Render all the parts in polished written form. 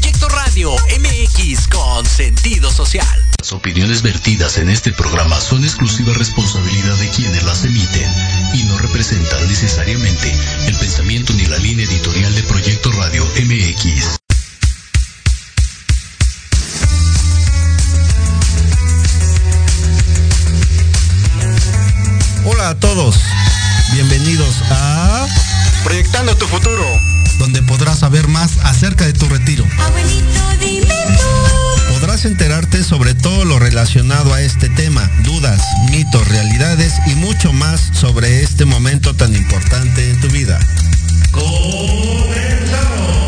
Proyecto Radio MX con sentido social. Las opiniones vertidas en este programa son exclusiva responsabilidad de quienes las emiten y no representan necesariamente el pensamiento ni la línea editorial de Proyecto Radio MX. Hola a todos, bienvenidos a Proyectando tu futuro, donde podrás saber más acerca de tu retiro. Abuelito, dime tú. Podrás enterarte sobre todo lo relacionado a este tema, dudas, mitos, realidades y mucho más sobre este momento tan importante en tu vida. ¡Comenzamos!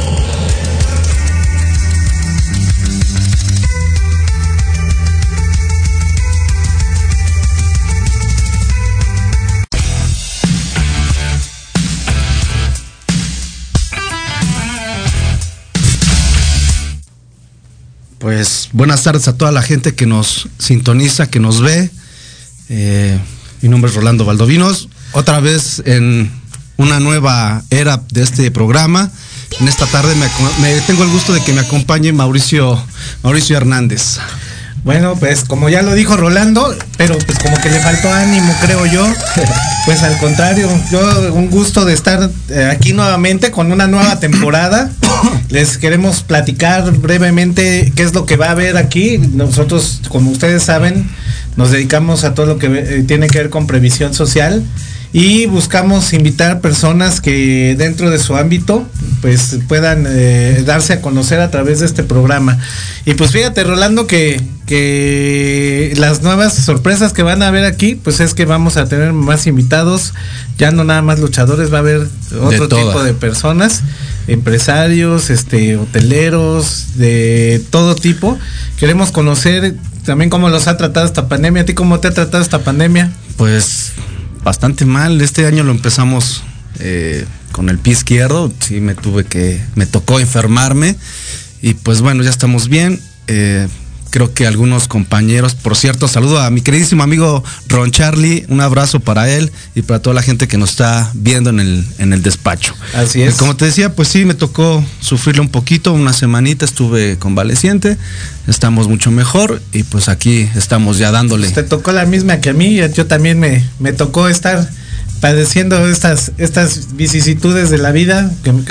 Pues buenas tardes a toda la gente que nos sintoniza, que nos ve. Mi nombre es Rolando Valdovinos, otra vez en una nueva era de este programa. En esta tarde me tengo el gusto de que me acompañe Mauricio Hernández. Bueno, pues como ya lo dijo Rolando, pero pues como que le faltó ánimo, creo yo. Pues al contrario, yo un gusto de estar aquí nuevamente con una nueva temporada. Les queremos platicar brevemente qué es lo que va a haber aquí. Nosotros, como ustedes saben, nos dedicamos a todo lo que tiene que ver con previsión social y buscamos invitar personas que dentro de su ámbito pues puedan darse a conocer a través de este programa. Y pues fíjate, Rolando, que las nuevas sorpresas que van a haber aquí pues es que vamos a tener más invitados, ya no nada más luchadores, va a haber otro tipo de personas, empresarios, hoteleros, de todo tipo. Queremos conocer también cómo los ha tratado esta pandemia. ¿A ti cómo te ha tratado esta pandemia? Pues bastante mal. Este año lo empezamos con el pie izquierdo. Sí, me tocó enfermarme y pues bueno, ya estamos bien. Creo que algunos compañeros, por cierto, saludo a mi queridísimo amigo Ron Charlie, un abrazo para él y para toda la gente que nos está viendo en el despacho. Así es. Como te decía, pues sí, me tocó sufrirle un poquito, una semanita estuve convaleciente, estamos mucho mejor y pues aquí estamos ya dándole. Te tocó la misma que a mí, yo también me tocó estar padeciendo estas vicisitudes de la vida,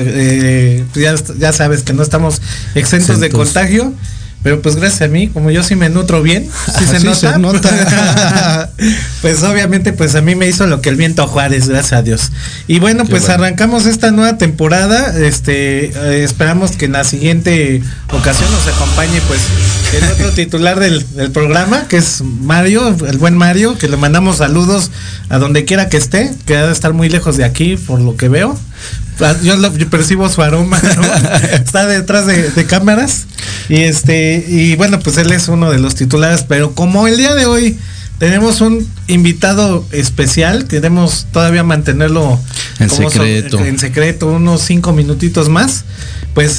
ya sabes que no estamos exentos de contagio. Pero pues gracias a mí, como yo sí me nutro bien, sí se nota. Pues obviamente pues a mí me hizo lo que el viento a Juárez, gracias a Dios. Y bueno, pues arrancamos esta nueva temporada. Esperamos que en la siguiente ocasión nos acompañe pues el otro titular del programa, que es Mario, el buen Mario, que le mandamos saludos a donde quiera que esté, que debe estar muy lejos de aquí por lo que veo. Yo percibo su aroma, ¿no? Está detrás de cámaras y bueno, pues él es uno de los titulares, pero como el día de hoy tenemos un invitado especial, queremos todavía mantenerlo en secreto, unos 5 minutitos más. Pues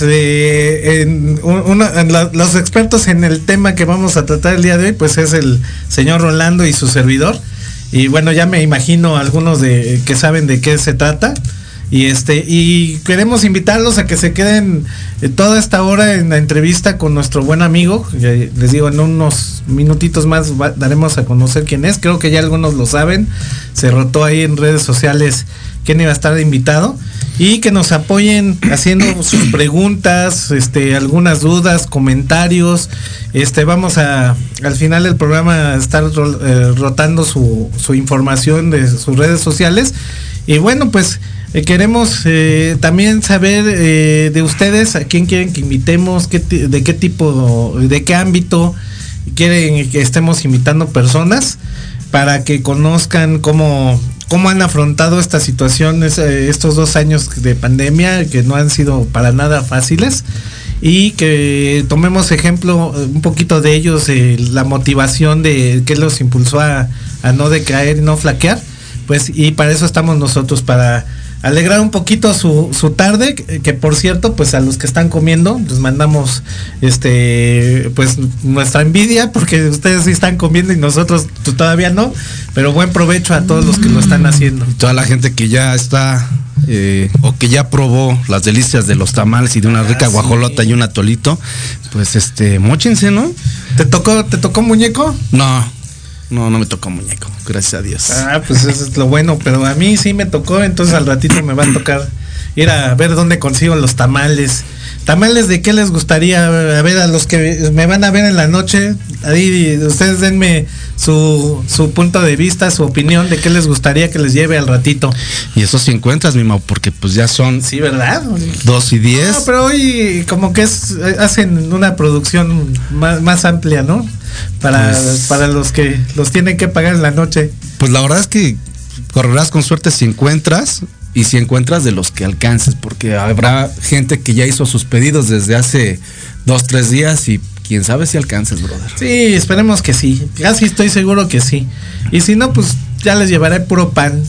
los expertos en el tema que vamos a tratar el día de hoy, pues es el señor Rolando y su servidor. Y bueno, ya me imagino algunos que saben de qué se trata. Y queremos invitarlos a que se queden toda esta hora en la entrevista con nuestro buen amigo. Les digo, en unos minutitos más daremos a conocer quién es. Creo que ya algunos lo saben. Se rotó ahí en redes sociales quién iba a estar de invitado. Y que nos apoyen haciendo sus preguntas, algunas dudas, comentarios. Vamos al final del programa a estar rotando su información de sus redes sociales. Y bueno, pues queremos también saber de ustedes a quién quieren que invitemos, de qué tipo, de qué ámbito quieren que estemos invitando personas para que conozcan cómo han afrontado esta situación, estos 2 años de pandemia que no han sido para nada fáciles, y que tomemos ejemplo un poquito de ellos, la motivación de qué los impulsó a no decaer y no flaquear. Pues y para eso estamos nosotros, para alegrar un poquito su tarde, que por cierto, pues a los que están comiendo les mandamos pues nuestra envidia, porque ustedes sí están comiendo y nosotros todavía no, pero buen provecho a todos los que lo están haciendo. Toda la gente que ya está o que ya probó las delicias de los tamales y de una rica guajolota y un atolito, pues móchense, ¿no? ¿Te tocó muñeco? No me tocó muñeco, gracias a Dios. Pues eso es lo bueno, pero a mí sí me tocó, entonces al ratito me va a tocar ir a ver dónde consigo los tamales. ¿Tamales de qué les gustaría? A ver, a los que me van a ver en la noche, ahí ustedes denme su punto de vista, su opinión de qué les gustaría que les lleve al ratito. Y eso sí encuentras, mi Mau, porque pues ya son... Sí, ¿verdad? 2:10. No, pero hoy como que hacen una producción más amplia, ¿no? Para los que los tienen que pagar en la noche. Pues la verdad es que correrás con suerte si encuentras... Y si encuentras de los que alcances, porque habrá gente que ya hizo sus pedidos desde hace 2-3 días y quién sabe si alcances, brother. Sí, esperemos que sí. Casi estoy seguro que sí. Y si no, pues ya les llevaré puro pan.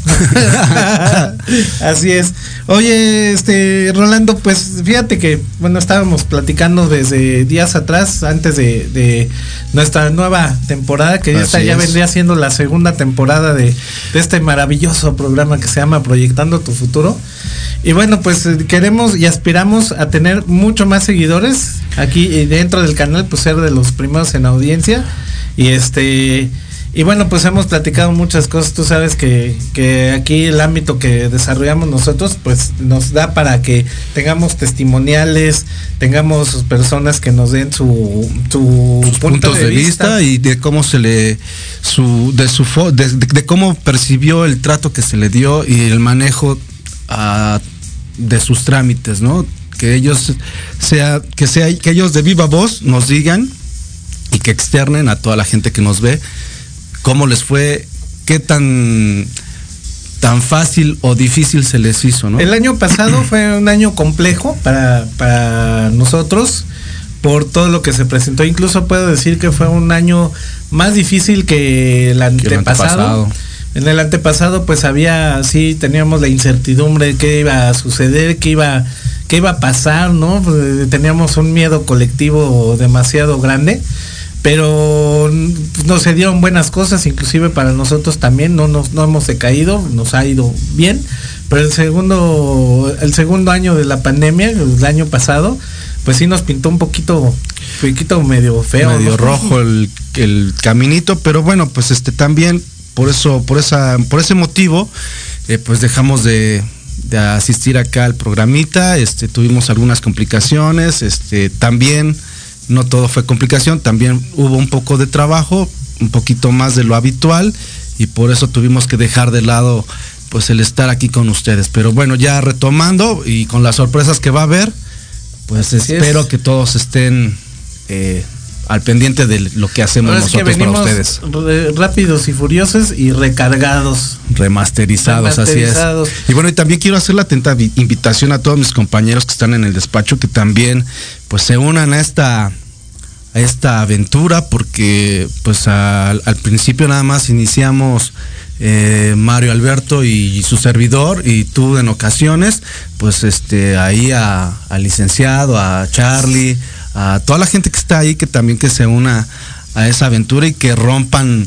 Así es. Oye, Rolando, pues fíjate que, bueno, estábamos platicando desde días atrás, antes de nuestra nueva temporada, que ya vendría siendo la segunda temporada de este maravilloso programa que se llama Proyectando tu Futuro. Y bueno, pues queremos y aspiramos a tener mucho más seguidores aquí dentro del canal, pues ser de los primeros en audiencia. Y bueno, pues hemos platicado muchas cosas. Tú sabes que aquí el ámbito que desarrollamos nosotros, pues nos da para que tengamos testimoniales, tengamos personas que nos den su puntos de vista y de cómo de cómo percibió el trato que se le dio y el manejo de sus trámites, ¿no? Que ellos que ellos de viva voz nos digan y que externen a toda la gente que nos ve cómo les fue, qué tan fácil o difícil se les hizo, ¿no? El año pasado fue un año complejo para nosotros por todo lo que se presentó. Incluso puedo decir que fue un año más difícil que el antepasado. En el antepasado pues teníamos la incertidumbre de qué iba a suceder, qué iba a pasar, ¿no? Teníamos un miedo colectivo demasiado grande. Pero nos se dieron buenas cosas, inclusive para nosotros también, no hemos decaído, nos ha ido bien, pero el segundo año de la pandemia, el año pasado, pues sí nos pintó un poquito medio feo, medio, ¿no? Rojo el caminito, pero bueno, pues también por ese motivo, pues dejamos de asistir acá al programita, tuvimos algunas complicaciones, también. No todo fue complicación, también hubo un poco de trabajo, un poquito más de lo habitual, y por eso tuvimos que dejar de lado pues el estar aquí con ustedes. Pero bueno, ya retomando y con las sorpresas que va a haber, pues espero que todos estén al pendiente de lo que hacemos nosotros para ustedes. Rápidos y furiosos y recargados. Remasterizados, así es. Y bueno, y también quiero hacer la atenta invitación a todos mis compañeros que están en el despacho, que también pues se unan a esta aventura, porque pues al principio nada más iniciamos Mario Alberto y su servidor, y tú en ocasiones, pues ahí al licenciado, a Charlie, a toda la gente que está ahí, que también que se una a esa aventura y que rompan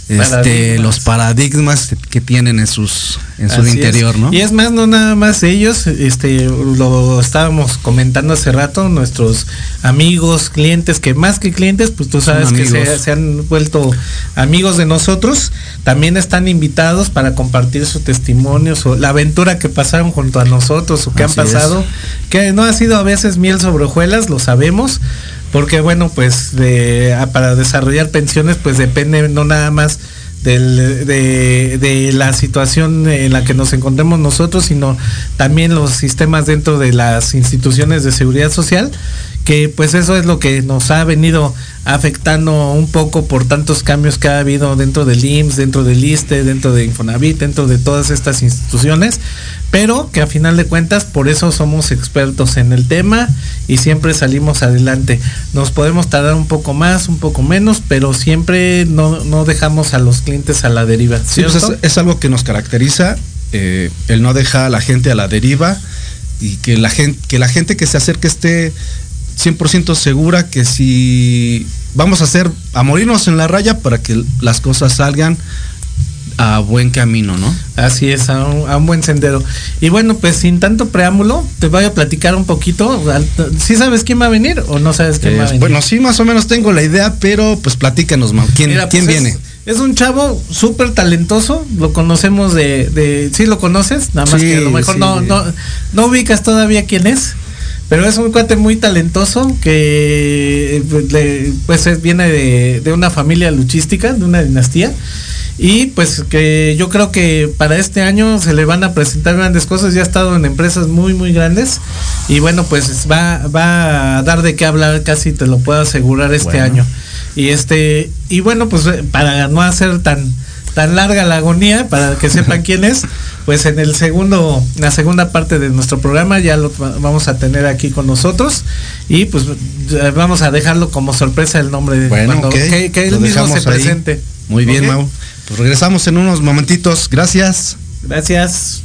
los paradigmas que tienen en su interior, ¿no? Y es más, no nada más ellos, lo estábamos comentando hace rato, nuestros amigos, clientes, que más que clientes, pues tú sabes que se han vuelto amigos de nosotros, también están invitados para compartir sus testimonios o la aventura que pasaron junto a nosotros o que han pasado, que no ha sido a veces miel sobre hojuelas, lo sabemos, porque bueno, pues para desarrollar pensiones pues depende no nada más de la situación en la que nos encontremos nosotros, sino también los sistemas dentro de las instituciones de seguridad social, que pues eso es lo que nos ha venido afectando un poco por tantos cambios que ha habido dentro del IMSS, dentro del ISSSTE, dentro de Infonavit, dentro de todas estas instituciones, pero que a final de cuentas por eso somos expertos en el tema y siempre salimos adelante. Nos podemos tardar un poco más, un poco menos, pero siempre no dejamos a los clientes a la deriva, ¿cierto? Sí, pues es algo que nos caracteriza, el no dejar a la gente a la deriva, y que la gente que se acerque esté 100% segura que si vamos a morirnos en la raya para que las cosas salgan a buen camino, ¿no? Así es, a un buen sendero. Y bueno, pues sin tanto preámbulo, te voy a platicar un poquito. ¿Sí sabes quién va a venir o no sabes quién va a venir? Bueno, sí, más o menos tengo la idea, pero pues platícanos, Mau. ¿Quién viene? Es un chavo súper talentoso, lo conocemos ¿sí lo conoces? Nada más que a lo mejor no ubicas todavía quién es. Pero es un cuate muy talentoso que pues viene de una familia luchística, de una dinastía. Y pues que yo creo que para este año se le van a presentar grandes cosas. Ya ha estado en empresas muy muy grandes. Y bueno, pues va a dar de qué hablar, casi te lo puedo asegurar este año. Y bueno, pues para no hacer tan larga la agonía, para que sepan quién es, pues en la segunda parte de nuestro programa ya lo vamos a tener aquí con nosotros y pues vamos a dejarlo como sorpresa el nombre que él mismo se presente. Muy bien, Mau. Pues regresamos en unos momentitos. Gracias. Gracias.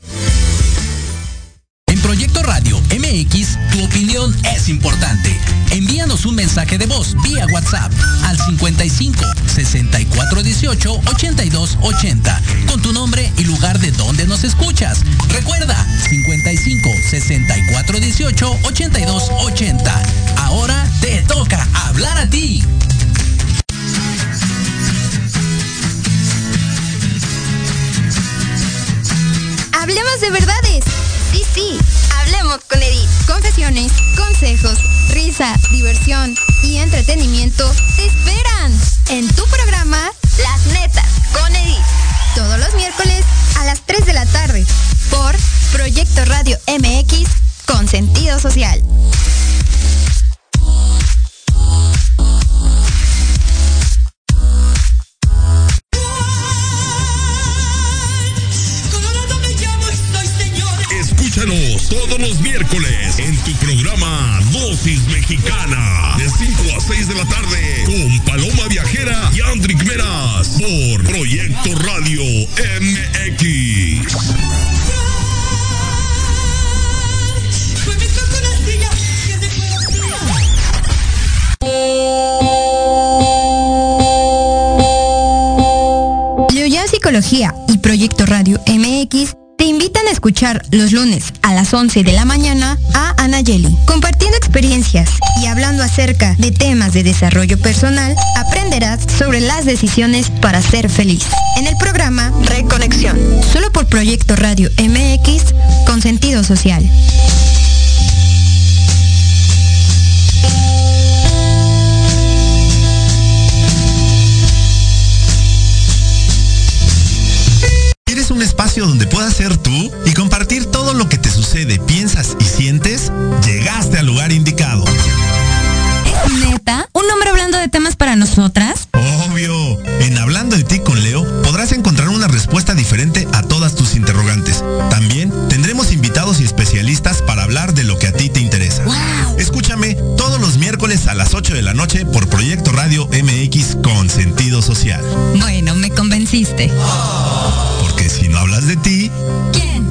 En Proyecto Radio MX, tu opinión es importante. Envíanos un mensaje de voz vía WhatsApp al 55 64 18 82 80 con tu nombre y lugar de donde nos escuchas. Recuerda, 55 64 18 82 80. Ahora te toca hablar a ti. Hablemos de verdades. Sí, hablemos con Edith. Confesiones, consejos, risa, diversión y entretenimiento te esperan en tu programa Las Netas con Edith. Todos los miércoles a las 3 de la tarde por Proyecto Radio MX con sentido social. Escúchanos todos los miércoles en tu programa Dosis Mexicana de 5 a 6 de la tarde con Paloma Viajera y Andrick Meras por Proyecto Radio MX. Loyola Psicología y Proyecto Radio MX te invitan a escuchar los lunes a las 11 de la mañana a Anayeli, compartiendo experiencias y hablando acerca de temas de desarrollo personal. Aprenderás sobre las decisiones para ser feliz. En el programa Reconexión, solo por Proyecto Radio MX con sentido social. Un espacio donde puedas ser tú y compartir todo lo que te sucede, piensas y sientes. Llegaste al lugar indicado. ¿Es neta? ¿Un hombre hablando de temas para nosotras? Obvio. En Hablando de ti con Leo podrás encontrar una respuesta diferente a todas tus interrogantes. También tendremos invitados y especialistas para hablar de lo que a ti te interesa. ¡Wow! Escúchame todos los miércoles a las 8 de la noche por Proyecto Radio MX con sentido social. Bueno, me convenciste. Porque si no hablas de ti, ¿quién?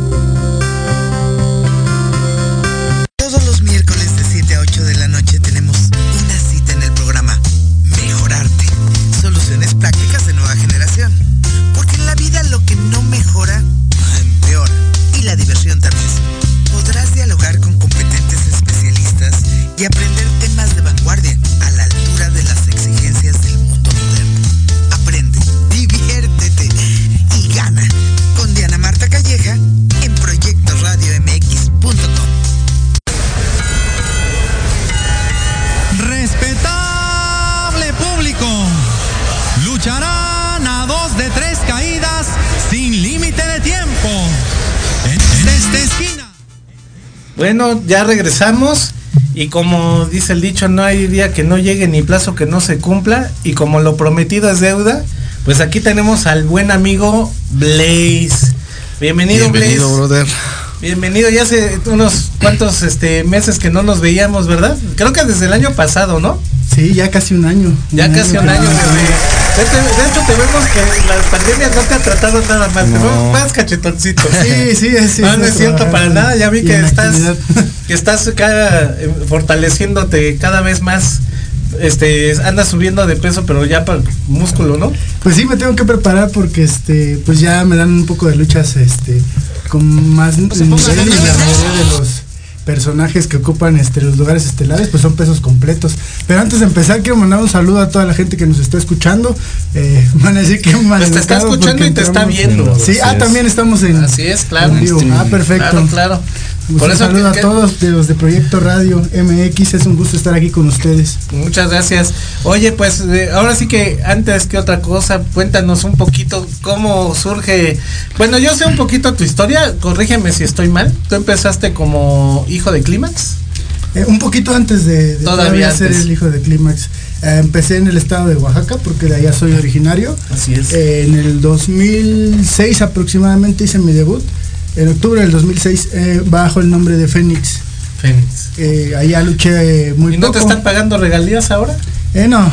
Todos los miércoles de 7 a 8 de la noche tenemos una cita en el programa Mejorarte. Soluciones prácticas de nueva generación. Porque en la vida lo que no mejora, empeora. Y la diversión también. Podrás dialogar con competentes especialistas y aprender temas de vanguardia a la altura de las exigencias del mundo moderno. Aprende, diviértete y gana con Diana Marta Calleja en proyectoradiomx.com. Respetable público, lucharán a 2 de 3 caídas sin límite de tiempo. En esta esquina. Bueno, ya regresamos y como dice el dicho, no hay día que no llegue ni plazo que no se cumpla, y como lo prometido es deuda, pues aquí tenemos al buen amigo Blaze. Bienvenido, Blaze. Brother. Bienvenido, ya hace unos cuantos meses que no nos veíamos, ¿verdad? Creo que desde el año pasado, ¿no? Sí, ya casi un año. Ya casi un año. De hecho, te vemos que la pandemia no te ha tratado nada mal, te vemos más cachetoncito. Sí. No es cierto para nada, ya vi que estás fortaleciéndote cada vez más andas subiendo de peso, pero ya para músculo, ¿no? Pues sí, me tengo que preparar porque pues ya me dan un poco de luchas con más nivel y la mayoría de los personajes que ocupan los lugares estelares pues son pesos completos. Pero antes de empezar quiero mandar un saludo a toda la gente que nos está escuchando. Van a decir que pues te está escuchando y te está viendo. Sí, también estamos en. Así es, claro. En vivo. Perfecto. Claro. Pues por un saludo a todos de los de Proyecto Radio MX, es un gusto estar aquí con ustedes. Muchas gracias. Oye, pues ahora sí que antes que otra cosa, cuéntanos un poquito cómo surge. Bueno, yo sé un poquito tu historia, corrígeme si estoy mal. ¿Tú empezaste como hijo de Clímax? Un poquito antes de todavía ser el hijo de Clímax. Empecé en el estado de Oaxaca porque de allá soy originario. Así es. En el 2006 aproximadamente hice mi debut. En octubre del 2006 bajo el nombre de Fénix. Allá luché muy poco. ¿Y no te están pagando regalías ahora? No.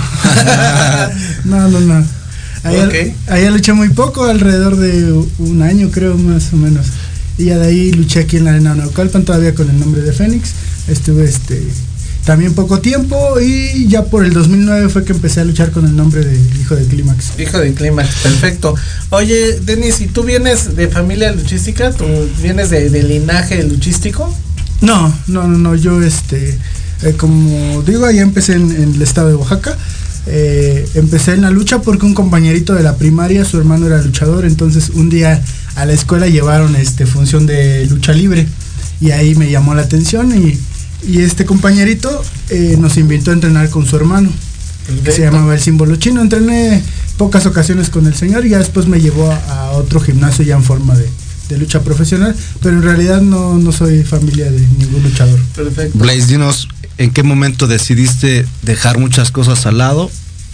No. Allá luché muy poco, alrededor de un año creo más o menos. Y ya de ahí luché aquí en la Arena Naucalpan todavía con el nombre de Fénix. Estuve también poco tiempo y ya por el 2009 fue que empecé a luchar con el nombre de Hijo de Clímax. Hijo de Clímax, perfecto. Oye, Denis, ¿y tú vienes de familia luchística? ¿Tú vienes de linaje luchístico? No, yo como digo, allá empecé en el estado de Oaxaca. Empecé en la lucha porque un compañerito de la primaria, su hermano era luchador, entonces un día a la escuela llevaron función de lucha libre y ahí me llamó la atención y este compañerito nos invitó a entrenar con su hermano, que se llamaba El Símbolo Chino. Entrené pocas ocasiones con el señor y ya después me llevó a otro gimnasio ya en forma de lucha profesional, pero en realidad no soy familia de ningún luchador. Perfecto. Blaze, dinos, ¿en qué momento decidiste dejar muchas cosas al lado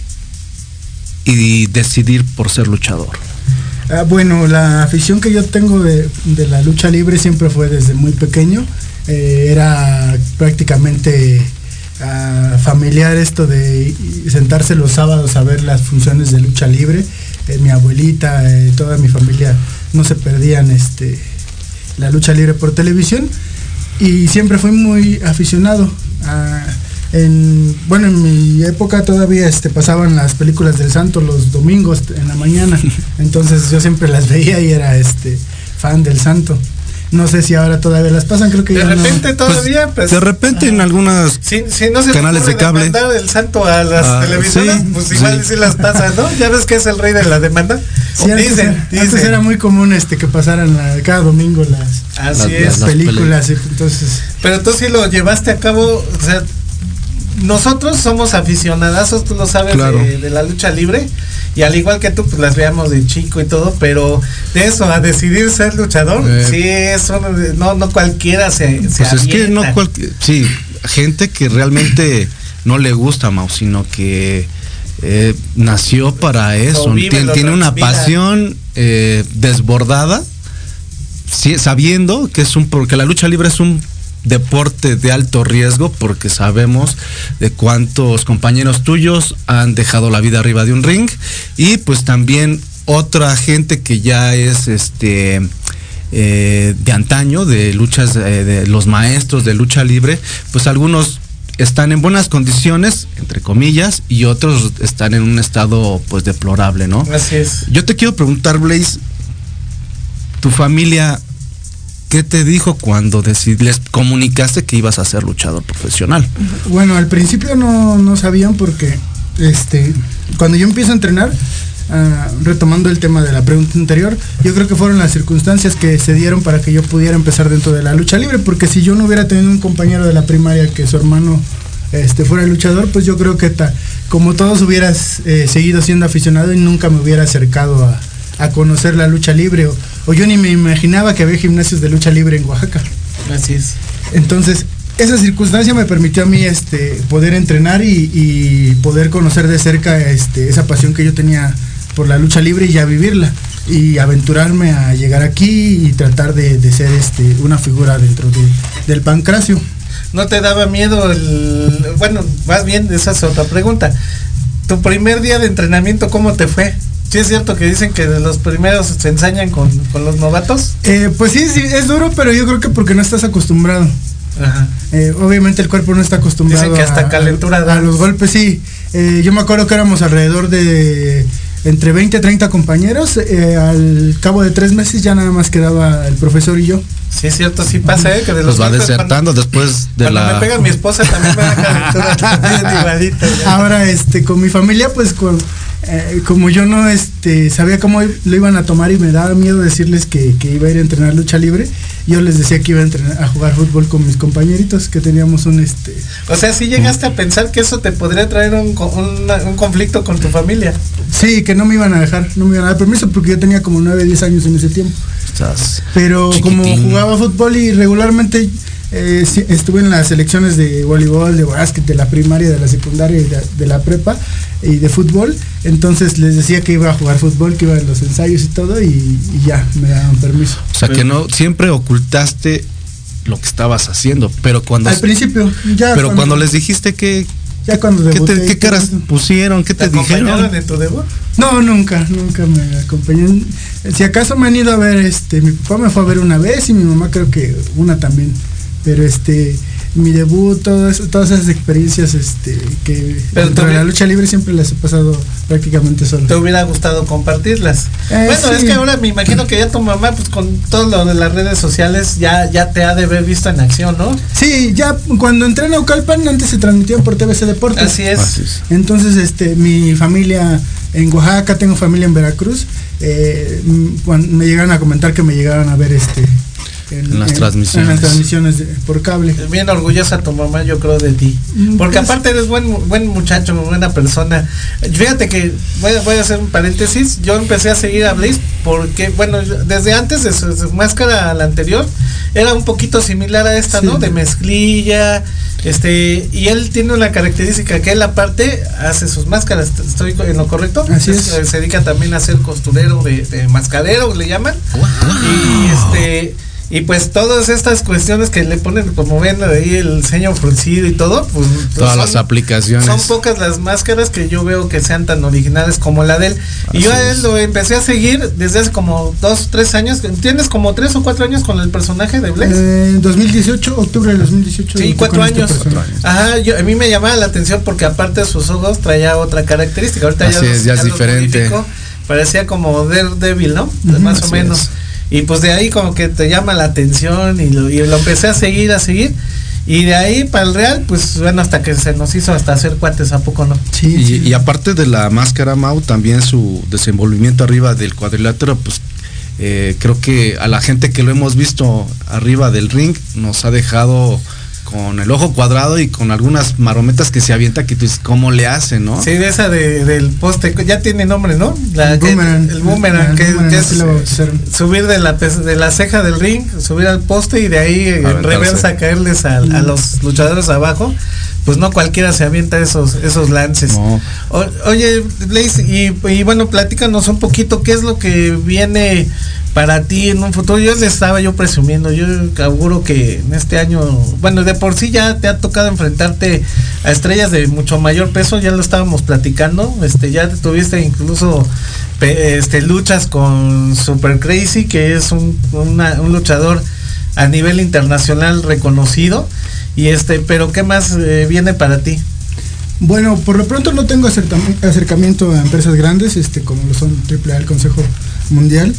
y decidir por ser luchador? Bueno, la afición que yo tengo de la lucha libre siempre fue desde muy pequeño. Era prácticamente familiar esto de sentarse los sábados a ver las funciones de lucha libre. Mi abuelita, toda mi familia no se perdían la lucha libre por televisión y siempre fui muy aficionado. En mi época todavía pasaban las películas del Santo los domingos en la mañana, entonces yo siempre las veía y era fan del Santo. No sé si ahora todavía las pasan, creo que de ya repente no. Todavía, pues de repente en algunas si no se canales de cable mandar el Santo a las televisoras, sí, pues igual sí las pasan, ¿no? Ya ves que es el rey de la demanda. Sí, antes era muy común que pasaran cada domingo las películas, entonces. Pero tú sí lo llevaste a cabo, o sea, nosotros somos aficionadazos, tú lo sabes, claro, de la lucha libre, y al igual que tú, pues las veamos de chico y todo, pero de eso a decidir ser luchador, sí, eso no cualquiera se pues avienta. Es que no sí, gente que realmente no le gusta, Mau, sino que nació para eso, tiene una pasión desbordada, sí, sabiendo que porque la lucha libre es un deporte de alto riesgo, porque sabemos de cuántos compañeros tuyos han dejado la vida arriba de un ring, y pues también otra gente que ya es de antaño, de luchas, de los maestros de lucha libre, pues algunos están en buenas condiciones, entre comillas, y otros están en un estado pues deplorable, ¿no? Así es. Yo te quiero preguntar, Blaze, tu familia, ¿qué te dijo cuando les comunicaste que ibas a ser luchador profesional? Bueno, al principio no sabían porque cuando yo empiezo a entrenar, retomando el tema de la pregunta anterior, yo creo que fueron las circunstancias que se dieron para que yo pudiera empezar dentro de la lucha libre, porque si yo no hubiera tenido un compañero de la primaria que su hermano fuera luchador, pues yo creo que como todos hubieras seguido siendo aficionado y nunca me hubiera acercado a conocer la lucha libre, o yo ni me imaginaba que había gimnasios de lucha libre en Oaxaca. Así es. Entonces, esa circunstancia me permitió a mí poder entrenar y poder conocer de cerca esa pasión que yo tenía por la lucha libre y ya vivirla y aventurarme a llegar aquí y tratar de ser una figura dentro del pancracio. ¿No te daba miedo bueno, más bien esa es otra pregunta? ¿Tu primer día de entrenamiento cómo te fue? ¿Sí es cierto que dicen que de los primeros se ensañan con los novatos? Pues sí, es duro, pero yo creo que porque no estás acostumbrado. Obviamente el cuerpo no está acostumbrado. Dicen que hasta calentura a los golpes, sí. Yo me acuerdo que éramos alrededor de entre 20 a 30 compañeros. Al cabo de 3 meses ya nada más quedaba el profesor y yo. Sí, es cierto, sí pasa, que de los va desertando después de cuando me pega mi esposa también me da calentura también. Ahora, con mi familia, pues como yo no sabía cómo lo iban a tomar y me daba miedo decirles que iba a ir a entrenar lucha libre, yo les decía que iba a jugar fútbol con mis compañeritos, que teníamos un O sea, ¿sí llegaste a pensar que eso te podría traer un conflicto con tu familia? Sí, que no me iban a dar permiso porque yo tenía como 9, 10 años en ese tiempo. Pero chiquitín. Como jugaba fútbol y regularmente estuve en las selecciones de voleibol, de básquet, de la primaria, de la secundaria y de la prepa y de fútbol, entonces les decía que iba a jugar fútbol, que iba a los ensayos y todo y ya me daban permiso. O sea, que no siempre ocultaste lo que estabas haciendo, pero cuando al principio ya cuando les dijiste que ya cuando debuté, ¿qué caras pusieron? ¿Qué te dijeron? ¿En tu debut? No, nunca me acompañaron. Si acaso me han ido a ver, mi papá me fue a ver una vez y mi mamá creo que una también. Pero mi debut, todas esas experiencias que dentro de la lucha libre siempre las he pasado prácticamente solo. ¿Te hubiera gustado compartirlas? Bueno, sí. Es que ahora me imagino que ya tu mamá, pues con todo lo de las redes sociales, ya te ha de haber visto en acción, ¿no? Sí, ya cuando entré en Naucalpan, antes se transmitían por TVC Deportes. Así es. Entonces, mi familia en Oaxaca, tengo familia en Veracruz, cuando me llegaron a comentar que me llegaron a ver en las transmisiones. En las transmisiones por cable. Bien orgullosa tu mamá, yo creo, de ti. Porque aparte eres buen muchacho, buena persona. Fíjate que voy a hacer un paréntesis. Yo empecé a seguir a Blaze porque, bueno, desde antes de su máscara, a la anterior, era un poquito similar a esta, sí, ¿no? De mezclilla. Y él tiene una característica que él aparte hace sus máscaras. ¿Estoy en lo correcto? Así es. Se dedica también a ser costurero de mascarero, le llaman. Wow. Y pues todas estas cuestiones que le ponen, como ven ahí el ceño fruncido y todo, pues todas las aplicaciones. Son pocas las máscaras que yo veo que sean tan originales como la de él. Así y yo a él lo empecé a seguir desde hace como 2, 3 años. ¿Tienes como 3 o 4 años con el personaje de Blaze? 2018, octubre de 2018. Sí, 4 años. Ajá, a mí me llamaba la atención porque aparte de sus ojos traía otra característica. Ahorita ya es diferente. Parecía como Daredevil, ¿no? Más o menos. Y pues de ahí como que te llama la atención y lo empecé a seguir. Y de ahí para el Real, pues bueno, hasta que se nos hizo hasta hacer cuates, ¿a poco no? Sí. Y aparte de la máscara, Mau, también su desenvolvimiento arriba del cuadrilátero, pues creo que a la gente que lo hemos visto arriba del ring nos ha dejado con el ojo cuadrado y con algunas marometas que se avienta que tú dices, ¿cómo le hace, no? Sí, de esa del poste, ya tiene nombre, ¿no? El boomerang, que es subir de la ceja del ring, subir al poste y de ahí en reversa caerles a los luchadores abajo. Pues no cualquiera se avienta esos lances. No. Oye, Blaze, y bueno, platícanos un poquito qué es lo que viene para ti en un futuro. Yo les estaba presumiendo, yo auguro que en este año, bueno, de por sí ya te ha tocado enfrentarte a estrellas de mucho mayor peso, ya lo estábamos platicando, ya tuviste incluso luchas con Super Crazy, que es un luchador a nivel internacional reconocido. Pero ¿qué más viene para ti? Bueno, por lo pronto no tengo acercamiento a empresas grandes, como lo son AAA, el Consejo Mundial,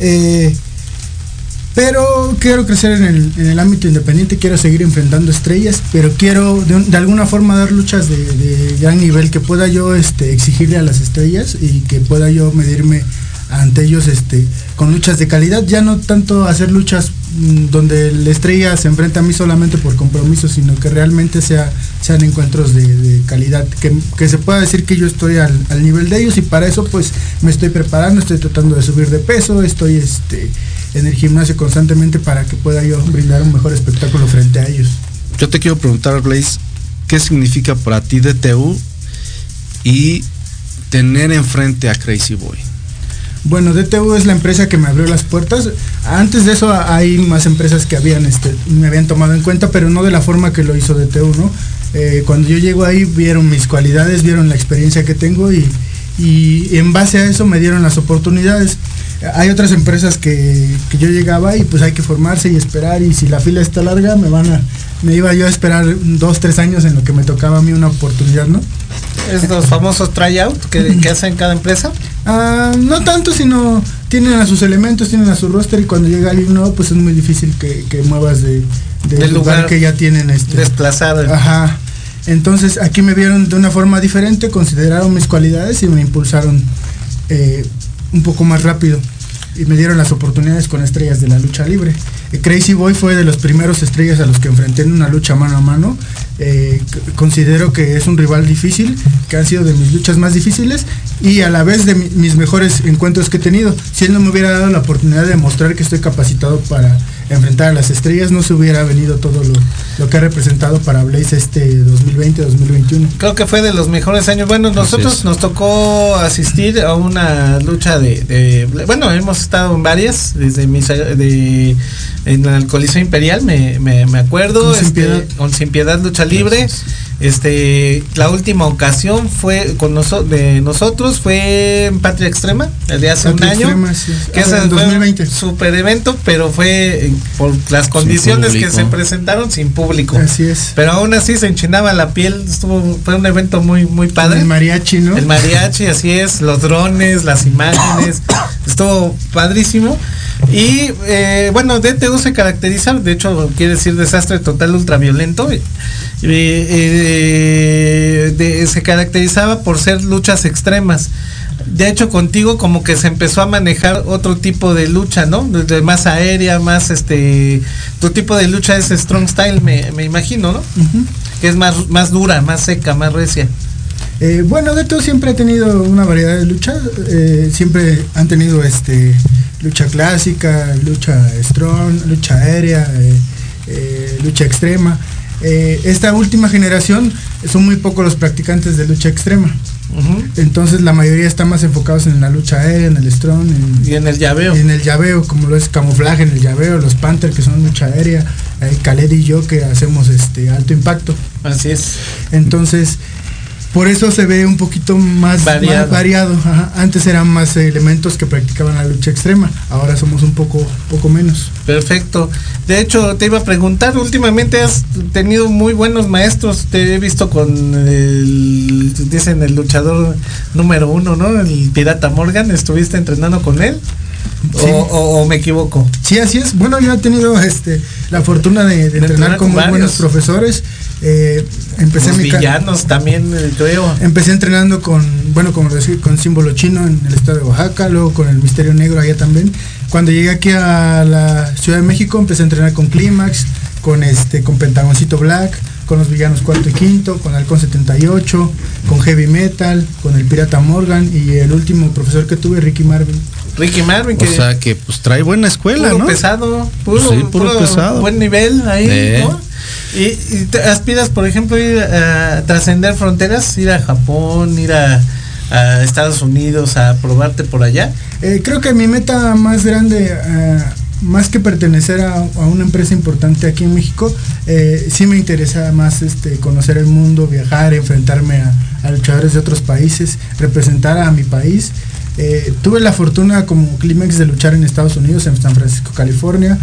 pero quiero crecer en el ámbito independiente, quiero seguir enfrentando estrellas, pero quiero de alguna forma dar luchas de gran nivel, que pueda yo exigirle a las estrellas y que pueda yo medirme ante ellos con luchas de calidad, ya no tanto hacer luchas donde la estrella se enfrenta a mí solamente por compromiso, sino que realmente sean encuentros de calidad, que se pueda decir que yo estoy al nivel de ellos, y para eso pues me estoy preparando, estoy tratando de subir de peso, estoy en el gimnasio constantemente para que pueda yo brindar un mejor espectáculo frente a ellos. Yo te quiero preguntar, Blaze, ¿qué significa para ti DTU y tener enfrente a Crazy Boy? Bueno, DTU es la empresa que me abrió las puertas. Antes de eso hay más empresas que me habían tomado en cuenta, pero no de la forma que lo hizo DTU, ¿no? Cuando yo llego ahí vieron mis cualidades, vieron la experiencia que tengo y en base a eso me dieron las oportunidades. hay otras empresas que yo llegaba y pues hay que formarse y esperar, y si la fila está larga me iba yo a esperar 2-3 años en lo que me tocaba a mí una oportunidad, ¿no? ¿Es los famosos tryout que hacen cada empresa? No tanto, sino tienen a sus elementos, tienen a su roster, y cuando llega alguien nuevo pues es muy difícil que muevas del lugar que ya tienen desplazado. Ajá. Entonces aquí me vieron de una forma diferente, consideraron mis cualidades y me impulsaron un poco más rápido, y me dieron las oportunidades con estrellas de la lucha libre. Crazy Boy fue de los primeros estrellas a los que enfrenté en una lucha mano a mano. Considero que es un rival difícil, que han sido de mis luchas más difíciles y a la vez de mis mejores encuentros que he tenido. Si él no me hubiera dado la oportunidad de mostrar que estoy capacitado para enfrentar a las estrellas, no se hubiera venido todo lo que ha representado para Blaze 2020-2021. Creo que fue de los mejores años. Bueno, nosotros nos tocó asistir a una lucha bueno, hemos estado en varias, desde en el Coliseo Imperial, me acuerdo, con Sin Piedad Lucha Libre. La última ocasión fue de nosotros fue en Patria Extrema, el de hace un año, sí. Que es el 2020. Super evento, pero fue por las condiciones que se presentaron sin público. Así es. Pero aún así se enchinaba la piel, fue un evento muy muy padre. El mariachi, ¿no? El mariachi, así es, los drones, las imágenes, estuvo padrísimo. Y bueno, DTU se caracteriza, de hecho quiere decir desastre total ultraviolento, se caracterizaba por ser luchas extremas. De hecho contigo como que se empezó a manejar otro tipo de lucha, ¿no? Más aérea, más tu tipo de lucha es strong style, me imagino, ¿no? Uh-huh. Que es más dura, más seca, más recia. Bueno, DTU siempre ha tenido una variedad de lucha, siempre han tenido lucha clásica, lucha strong, lucha aérea, lucha extrema. Esta última generación son muy pocos los practicantes de lucha extrema. Uh-huh. Entonces la mayoría están más enfocados en la lucha aérea, en el strong y en el llaveo. Y en el llaveo, como lo es camuflaje en el llaveo, los Panther que son lucha aérea, Khaled y yo que hacemos alto impacto. Así es. Entonces por eso se ve un poquito más variado. Ajá. Antes eran más elementos que practicaban la lucha extrema, ahora somos un poco menos. Perfecto. De hecho, te iba a preguntar, últimamente has tenido muy buenos maestros, te he visto con el luchador número 1, ¿no? El Pirata Morgan, ¿estuviste entrenando con él? Sí. ¿O me equivoco? Sí, así es. Bueno, yo he tenido la fortuna de entrenar con muy buenos profesores. Empecé los villanos también, creo. Empecé entrenando con Símbolo Chino en el estado de Oaxaca, luego con el Misterio Negro allá también. Cuando llegué aquí a la Ciudad de México empecé a entrenar con Clímax, con Pentagoncito Black, con los villanos 4 y 5, con Halcón 78, con Heavy Metal, con el Pirata Morgan y el último profesor que tuve, Ricky Marvin. O sea que pues trae buena escuela, puro ¿no? puro pesado. Buen nivel ahí, ¿no? Y te aspiras, por ejemplo, ir a trascender fronteras, ir a Japón, ir a Estados Unidos, a probarte por allá. Creo que mi meta más grande, más que pertenecer a una empresa importante aquí en México, sí me interesa más conocer el mundo, viajar, enfrentarme a luchadores de otros países, representar a mi país. Tuve la fortuna como Clímax de luchar en Estados Unidos, en San Francisco, California,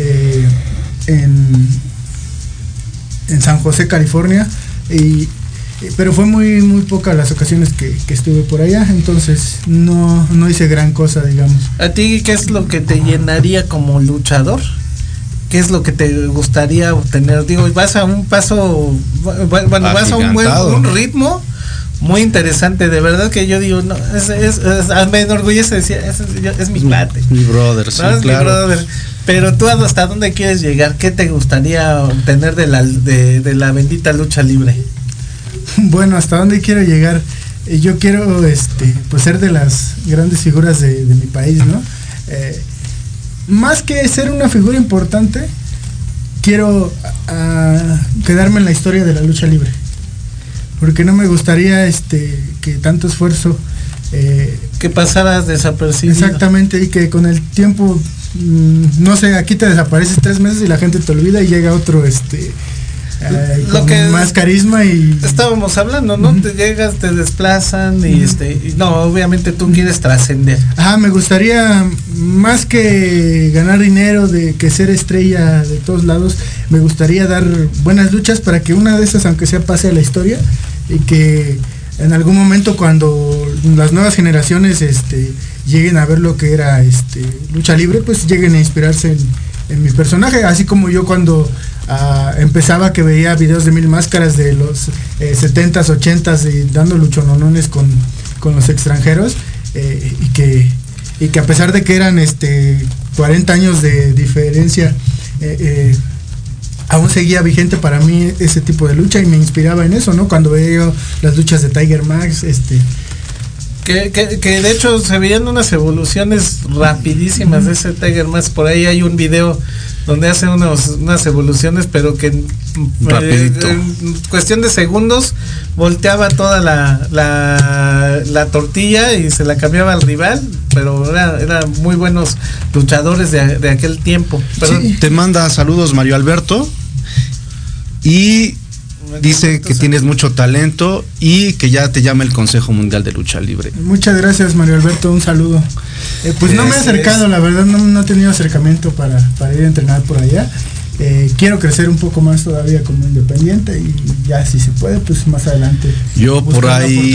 en San José, California, pero fue muy pocas las ocasiones que estuve por allá, entonces no hice gran cosa, digamos. ¿A ti qué es lo que te llenaría como luchador? ¿Qué es lo que te gustaría obtener? Digo, vas a un paso, vas a un ritmo muy interesante, de verdad que yo digo, no, me enorgullece decir, es mi cuate. Mi brother, sí, ¿no? claro. Mi brother. Pero tú, ¿hasta dónde quieres llegar? ¿Qué te gustaría obtener de la bendita lucha libre? Bueno, ¿hasta dónde quiero llegar? Yo quiero pues ser de las grandes figuras de mi país, ¿no? Más que ser una figura importante, quiero quedarme en la historia de la lucha libre. Porque no me gustaría que tanto esfuerzo que pasaras desapercibido. Exactamente, y que con el tiempo, no sé, aquí te desapareces 3 meses y la gente te olvida y llega otro lo que más carisma y estábamos hablando, ¿no? Te llegas, te desplazan y no, obviamente tú quieres trascender. Me gustaría más que ganar dinero, de que ser estrella de todos lados, me gustaría dar buenas luchas para que una de esas, aunque sea, pase a la historia y que en algún momento cuando las nuevas generaciones lleguen a ver lo que era lucha libre, pues lleguen a inspirarse en mi personaje, así como yo cuando empezaba, que veía videos de Mil Máscaras de los 70s, 80s y dando luchononones con los extranjeros, y que a pesar de que eran 40 años de diferencia, aún seguía vigente para mí ese tipo de lucha y me inspiraba en eso, ¿no? Cuando veía yo las luchas de Tiger Max, que de hecho se veían unas evoluciones rapidísimas de ese Tiger Max. Por ahí hay un video donde hace unas evoluciones, pero que en cuestión de segundos volteaba toda la tortilla y se la cambiaba al rival, pero eran muy buenos luchadores de aquel tiempo. Sí. Te manda saludos Mario Alberto y dice que tienes mucho talento y que ya te llama el Consejo Mundial de Lucha Libre. Muchas gracias, Mario Alberto, un saludo. Pues no me he acercado, la verdad no he tenido acercamiento para ir a entrenar por allá. Quiero crecer un poco más todavía como independiente y ya si se puede, pues más adelante. Yo por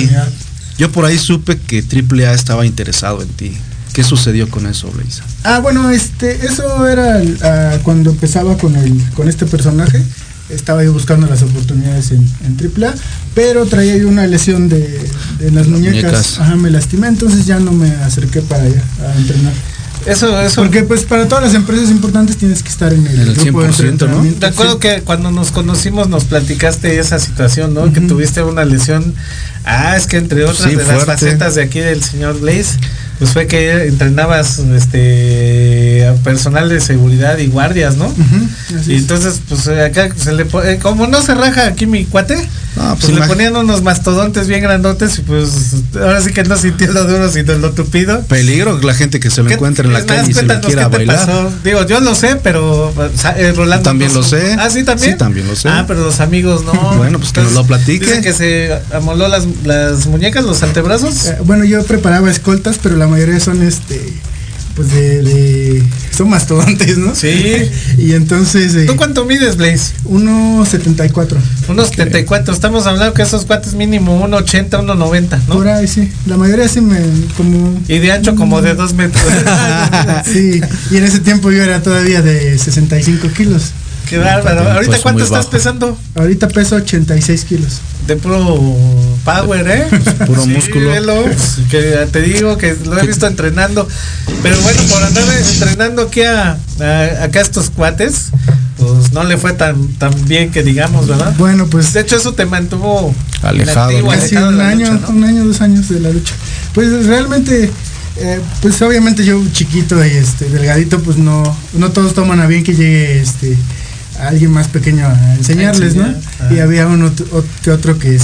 ahí supe que AAA estaba interesado en ti. ¿Qué sucedió con eso, Blaze? Bueno, eso era cuando empezaba con este personaje. Estaba yo buscando las oportunidades en AAA, pero traía yo una lesión de las muñecas. Me lastimé, entonces ya no me acerqué para allá a entrenar. Eso. Porque pues para todas las empresas importantes tienes que estar en el grupo 100%, ¿no? De acuerdo que cuando nos conocimos nos platicaste esa situación, ¿no? Que tuviste una lesión. Es que entre otras de las facetas de aquí del señor Blaze, pues fue que entrenabas personal de seguridad y guardias, ¿no? Y entonces pues acá se le como no se raja aquí mi cuate, pues le ponían unos mastodontes bien grandotes y pues ahora sí que no sintió lo duro sino lo tupido. Peligro la gente que se lo encuentra en la calle y se lo quiera bailar. Pasó? Digo, yo lo sé, pero Rolando también lo sé. ¿Sí también? Sí, también lo sé. Pero los amigos no. Bueno, pues que nos lo platique. Dicen que se amoló las muñecas, los antebrazos. Bueno, yo preparaba escoltas, pero la mayoría son pues son mastodontes, ¿no? Sí. Y entonces ¿tú cuánto mides, Blaze? 1.74. 1.74. Estamos hablando que esos cuates mínimo 1.80, 1.90, ¿no? Por ahí sí. La mayoría sí como. Y de ancho como de 2 metros. Sí. Y en ese tiempo yo era todavía de 65 kilos. Qué bárbaro. ¿Ahorita pues cuánto estás pesando? Ahorita peso 86 kilos. De puro power, puro músculo. Que te digo que lo he visto entrenando. Pero bueno, por andar entrenando aquí acá estos cuates, pues no le fue tan bien que digamos, ¿verdad? Bueno, pues de hecho eso te mantuvo alejado. Casi un año, ¿no? Un año, 2 años de la lucha. Pues realmente, pues obviamente yo chiquito y delgadito, pues no todos toman a bien que llegue a alguien más pequeño a enseñarles, ¿no? Y había uno que otro que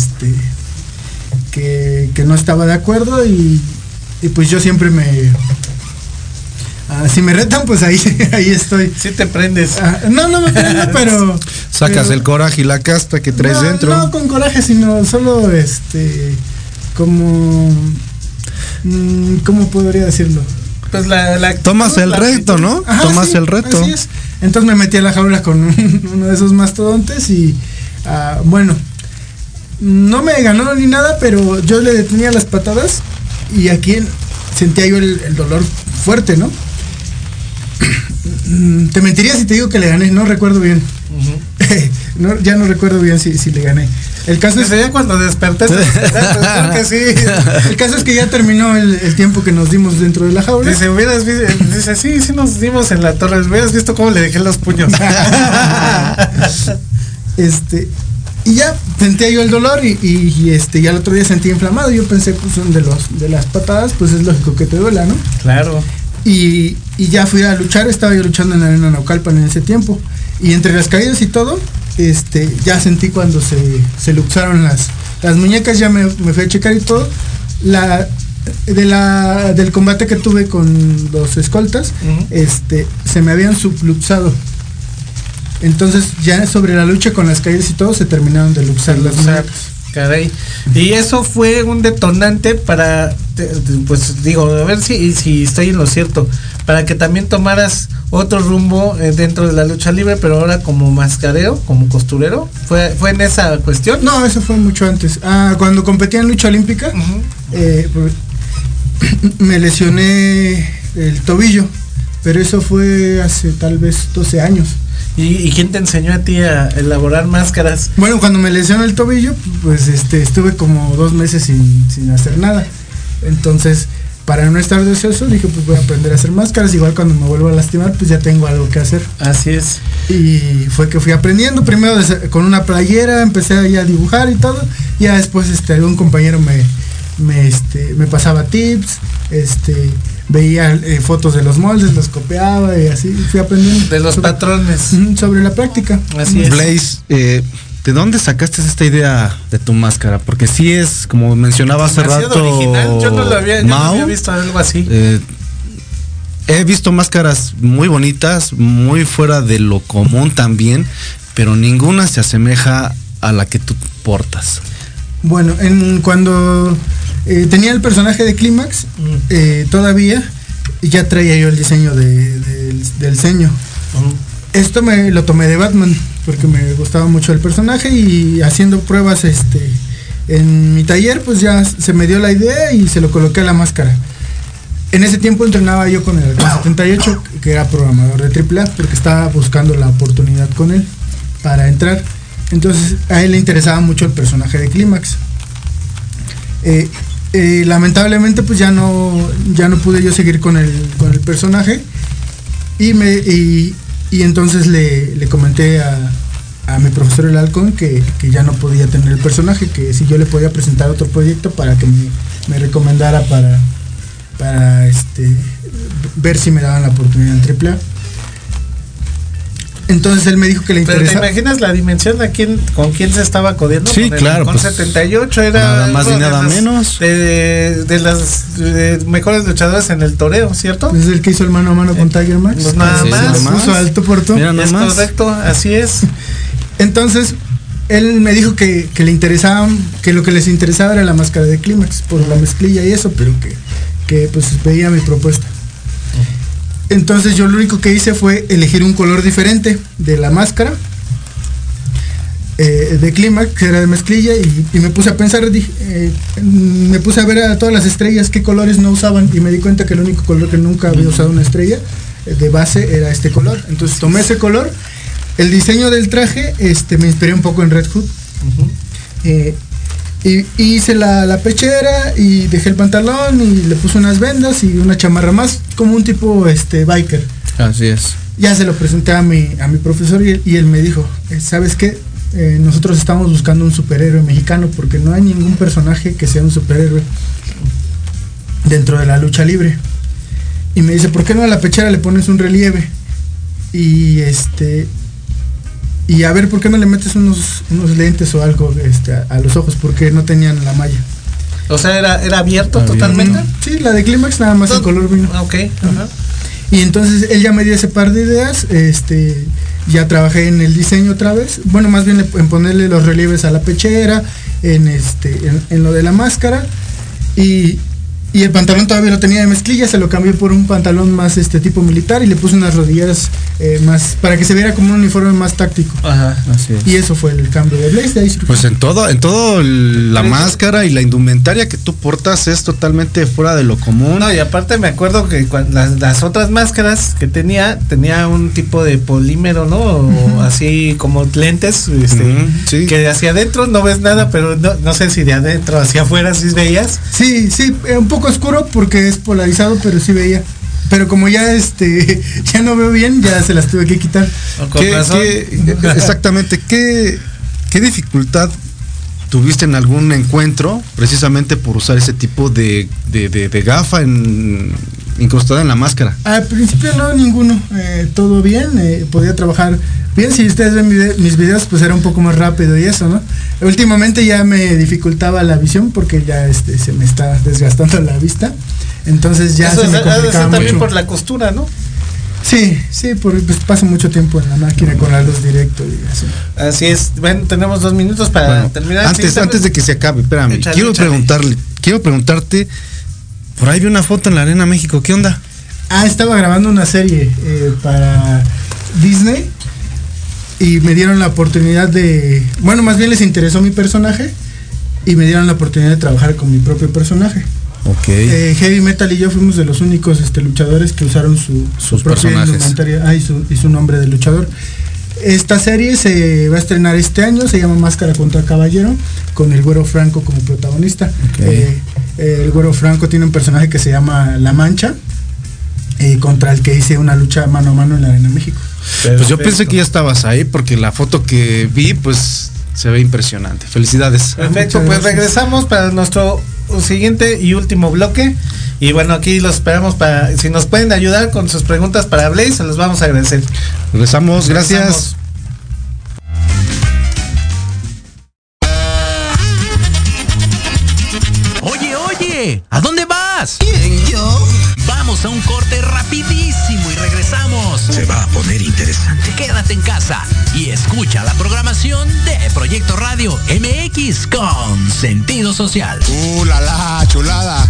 no estaba de acuerdo y pues yo siempre si me retan, pues ahí estoy. Sí te prendes. No me prendo, pero sacas el coraje y la casta que traes dentro. No con coraje, sino solo como ¿cómo podría decirlo? Pues tomas el reto, ¿no? Tomas el reto. Así es. Entonces me metí a la jaula con uno de esos mastodontes y bueno, no me ganó ni nada, pero yo le detenía las patadas y aquí sentía yo el dolor fuerte, ¿no? Te mentiría si te digo que le gané, no recuerdo bien. Ya no recuerdo bien si le gané. El caso es ya cuando desperté que sí. El caso es que ya terminó el tiempo que nos dimos dentro de la jaula. Dice, sí nos dimos en la torre. Hubieras visto cómo le dejé los puños. Y ya sentía yo el dolor y ya el otro día sentí inflamado. Yo pensé, pues son de las patadas, pues es lógico que te duela, ¿no? Claro. Y ya fui a luchar, estaba yo luchando en la arena Naucalpan en ese tiempo. Y entre las caídas y todo, ya sentí cuando se luxaron las muñecas, ya me fui a checar y todo. Del combate que tuve con los escoltas, se me habían subluxado. Entonces ya sobre la lucha con las caídas y todo se terminaron de luxar las muñecas. Caray. Y eso fue un detonante para, pues digo, a ver si estoy en lo cierto, para que también tomaras otro rumbo dentro de la lucha libre, pero ahora como mascarero, como costurero. ¿Fue en esa cuestión? No, eso fue mucho antes. Cuando competía en lucha olímpica, me lesioné el tobillo, pero eso fue hace tal vez 12 años. ¿Y quién te enseñó a ti a elaborar máscaras? Bueno, cuando me lesioné el tobillo, pues estuve como 2 meses sin hacer nada. Entonces, para no estar deseoso, dije, pues voy a aprender a hacer máscaras. Igual cuando me vuelvo a lastimar, pues ya tengo algo que hacer. Así es. Y fue que fui aprendiendo. Primero con una playera, empecé ahí a dibujar y todo. Ya después algún compañero me pasaba tips, veía fotos de los moldes, los copiaba y así fui aprendiendo. De los patrones. Sobre la práctica. Así es. Blaze, ¿de dónde sacaste esta idea de tu máscara? Porque sí es, como mencionaba hace rato, original. Yo no lo había visto algo así. He visto máscaras muy bonitas, muy fuera de lo común también, pero ninguna se asemeja a la que tú portas. Bueno, cuando tenía el personaje de Clímax, todavía ya traía yo el diseño del ceño. Esto me lo tomé de Batman porque me gustaba mucho el personaje, y haciendo pruebas en mi taller, pues ya se me dio la idea y se lo coloqué a la máscara. En ese tiempo entrenaba yo con el 78, que era programador de AAA, porque estaba buscando la oportunidad con él para entrar. Entonces a él le interesaba mucho el personaje de Clímax. Lamentablemente pues ya no pude yo seguir con el personaje, y entonces le comenté a mi profesor El Halcón que ya no podía tener el personaje, que si yo le podía presentar otro proyecto para que me recomendara para ver si me daban la oportunidad en AAA. Entonces él me dijo que le interesaba. ¿Pero te imaginas la dimensión con quién se estaba codiando? Sí, claro. Con pues, 78 era nada más ni nada menos. De las mejores luchadoras en el toreo, ¿cierto? Es el que hizo el mano a mano con Tiger Max. Pues nada más. Puso alto por tú. Es correcto, así es. Entonces él me dijo que le interesaba, que lo que les interesaba era la máscara de Clímax por la mezclilla y eso, pero que pues veía mi propuesta. Entonces yo lo único que hice fue elegir un color diferente de la máscara de Clímax, que era de mezclilla, y me puse a pensar, me puse a ver a todas las estrellas qué colores no usaban, y me di cuenta que el único color que nunca había usado una estrella de base era este color. Entonces tomé ese color. El diseño del traje me inspiré un poco en Red Hood. Y hice la pechera y dejé el pantalón y le puse unas vendas y una chamarra más, como un tipo biker. Así es. Ya se lo presenté a mi profesor y él me dijo, ¿sabes qué? Nosotros estamos buscando un superhéroe mexicano porque no hay ningún personaje que sea un superhéroe dentro de la lucha libre. Y me dice, ¿por qué no a la pechera le pones un relieve? Y a ver, ¿por qué no le metes unos lentes o algo a los ojos? Porque no tenían la malla. O sea, ¿era abierto totalmente? Sí, la de Clímax nada más en color vino. Ok. Ajá. Y entonces él ya me dio ese par de ideas, ya trabajé en el diseño otra vez, bueno, más bien en ponerle los relieves a la pechera, en lo de la máscara, y el pantalón todavía lo tenía de mezclilla, se lo cambié por un pantalón más tipo militar y le puse unas rodilleras más para que se viera como un uniforme más táctico. Ajá, así es. Y eso fue el cambio de Blaze. De ahí pues en todo la máscara y la indumentaria que tú portas es totalmente fuera de lo común. No, y aparte me acuerdo que las otras máscaras que tenía un tipo de polímero, ¿no? O así como lentes, sí, que hacia adentro no ves nada, pero no sé si de adentro hacia afuera sí veías. Sí, un poco oscuro porque es polarizado, pero sí veía. Pero como ya ya no veo bien, ya se las tuve que quitar. Exactamente, ¿qué dificultad tuviste en algún encuentro precisamente por usar ese tipo de gafa incrustada en la máscara? Al principio no, ninguno. Todo bien, podía trabajar bien. Si ustedes ven mis videos, pues era un poco más rápido y eso, ¿no? Últimamente ya me dificultaba la visión porque ya se me está desgastando la vista. Entonces ya eso se me complicaba mucho. También por la costura, ¿no? Sí, porque pues, paso mucho tiempo en la máquina con la luz directo y así. Así es. Bueno, tenemos 2 minutos para terminar. Antes de que se acabe, espérame. Quiero preguntarte, por ahí vi una foto en la Arena México, ¿qué onda? Estaba grabando una serie para Disney y me dieron la oportunidad más bien les interesó mi personaje y me dieron la oportunidad de trabajar con mi propio personaje. Okay. Heavy Metal y yo fuimos de los únicos luchadores que usaron su propia indumentaria y su nombre de luchador. Esta serie se va a estrenar este año, se llama Máscara contra Caballero, con el Güero Franco como protagonista. Okay. El Güero Franco tiene un personaje que se llama La Mancha, contra el que hice una lucha mano a mano en la Arena México. Perfecto. Pues yo pensé que ya estabas ahí porque la foto que vi pues se ve impresionante. Felicidades. Perfecto, pues regresamos para nuestro siguiente y último bloque. Y bueno, aquí los esperamos para, si nos pueden ayudar con sus preguntas para Blaze, se los vamos a agradecer. Regresamos, gracias. Oye, ¿a dónde vas? ¿Quién, yo? Vamos a un corte rapidísimo y regresamos. Se va a poner interesante. Quédate en casa y escucha la programación de Proyecto Radio MX con sentido social. La chulada.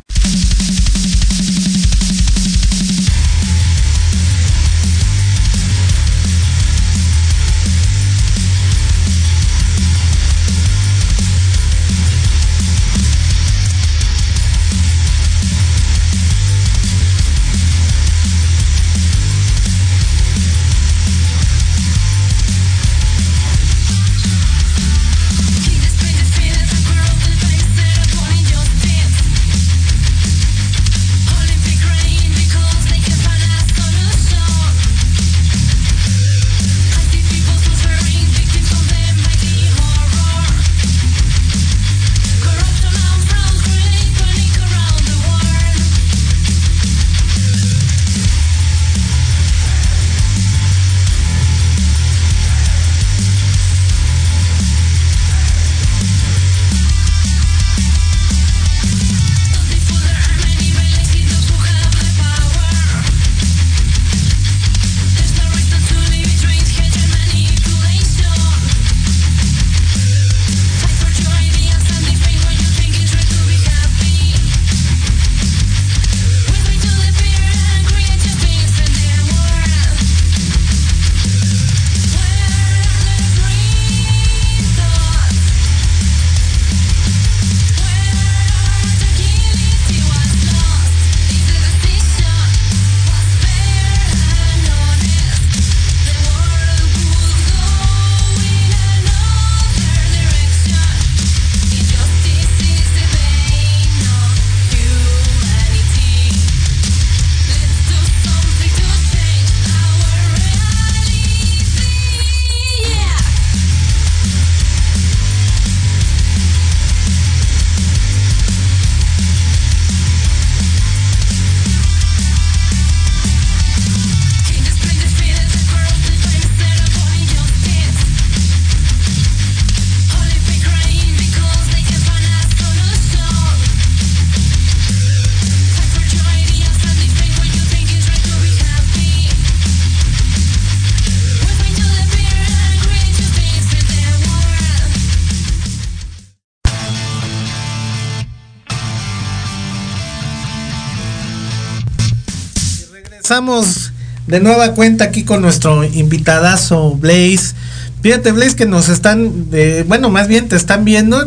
Estamos de nueva cuenta aquí con nuestro invitadazo Blaze. Fíjate, Blaze, que nos están, más bien te están viendo